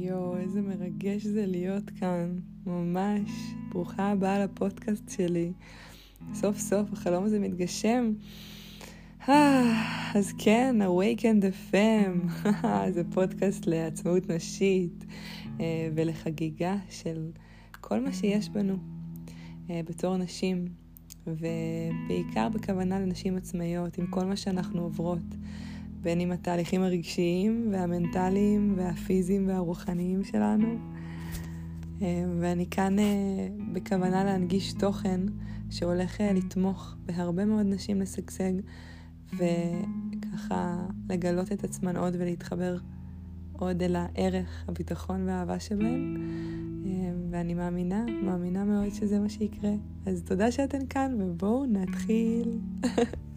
איזה מרגש זה להיות כאן, ממש. ברוכה הבאה לפודקאסט שלי. סוף סוף החלום הזה מתגשם. אז כן, Awaken the Femme. זה פודקאסט לעצמאות נשית ולחגיגה של כל מה שיש בנו בתור נשים, ובעיקר בכוונה לנשים עצמאיות, עם כל מה שאנחנו עוברות, בין עם התהליכים הרגשיים והמנטליים והפיזיים והרוחניים שלנו. ואני כאן בכוונה להנגיש תוכן שהולך לתמוך בהרבה מאוד נשים לשגשג, וככה לגלות את עצמן עוד ולהתחבר עוד אל הערך, הביטחון והאהבה שבהן. ואני מאמינה מאוד שזה מה שיקרה. אז תודה שאתן כאן, ובואו נתחיל.